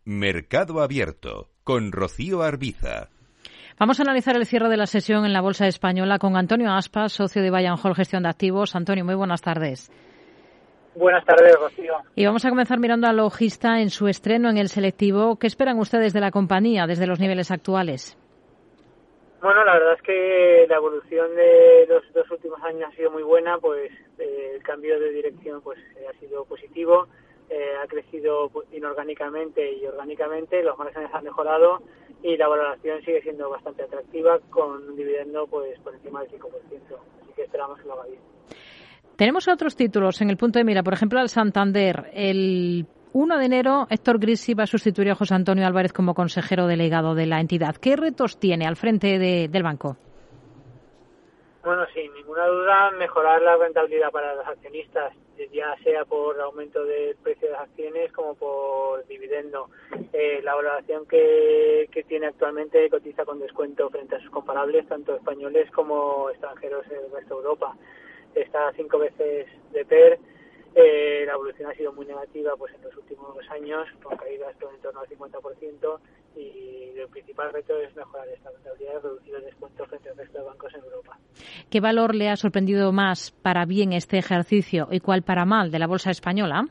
Mercado Abierto, con Rocío Arbiza. Vamos a analizar el cierre de la sesión en la Bolsa Española con Antonio Aspas, socio de Buy and Hold Gestión de Activos. Antonio, muy buenas tardes. Buenas tardes, Rocío. Y vamos a comenzar mirando a Logista en su estreno en el selectivo. ¿Qué esperan ustedes de la compañía desde los niveles actuales? Bueno, la verdad es que la evolución de los dos últimos años ha sido muy buena, pues el cambio de dirección pues ha sido positivo, ha crecido inorgánicamente y orgánicamente, los márgenes han mejorado y la valoración sigue siendo bastante atractiva con un dividendo pues por encima del 5%, así que esperamos que lo haga bien. Tenemos otros títulos en el punto de mira, por ejemplo, al Santander. El 1 de enero, Héctor Grisi va a sustituir a José Antonio Álvarez como consejero delegado de la entidad. ¿Qué retos tiene al frente del banco? Bueno, sin ninguna duda, mejorar la rentabilidad para los accionistas, ya sea por aumento del precio de las acciones como por dividendo. La valoración que tiene actualmente cotiza con descuento frente a sus comparables, tanto españoles como extranjeros en el resto de Europa. Está a 5 veces de PER. La evolución ha sido muy negativa pues en los últimos años, con caídas en torno al 50%, y el principal reto es mejorar esta rentabilidad y reducir el descuento frente al resto de bancos en Europa. ¿Qué valor le ha sorprendido más para bien este ejercicio y cuál para mal de la bolsa española?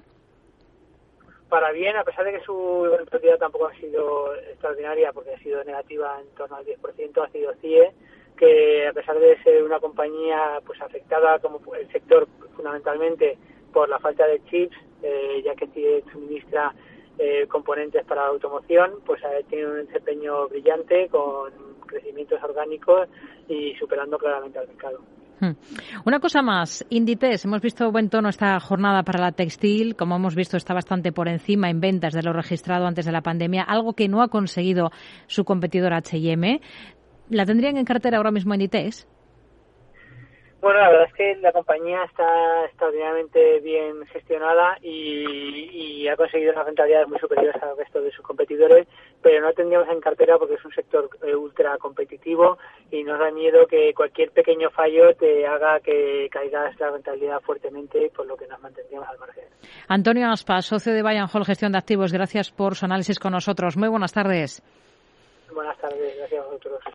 Para bien, a pesar de que su rentabilidad tampoco ha sido extraordinaria, porque ha sido negativa en torno al 10%, ha sido CIE, que a pesar de ser una compañía pues afectada como el sector fundamentalmente por la falta de chips, ya que CIE suministra componentes para la automoción, pues tiene un desempeño brillante con crecimientos orgánicos y superando claramente al mercado. Una cosa más, Inditex, hemos visto buen tono esta jornada para la textil, como hemos visto está bastante por encima en ventas de lo registrado antes de la pandemia, algo que no ha conseguido su competidor H&M. ¿La tendrían en cartera ahora mismo Inditex? Bueno, la verdad es que la compañía está extraordinariamente bien gestionada y ha conseguido unas rentabilidades muy superiores al resto de sus competidores, pero no tendríamos en cartera porque es un sector ultra competitivo y nos da miedo que cualquier pequeño fallo te haga que caigas la rentabilidad fuertemente, por lo que nos mantendríamos al margen. Antonio Aspas, socio de Buy and Hold Gestión de Activos, gracias por su análisis con nosotros. Muy buenas tardes. Buenas tardes, gracias a vosotros.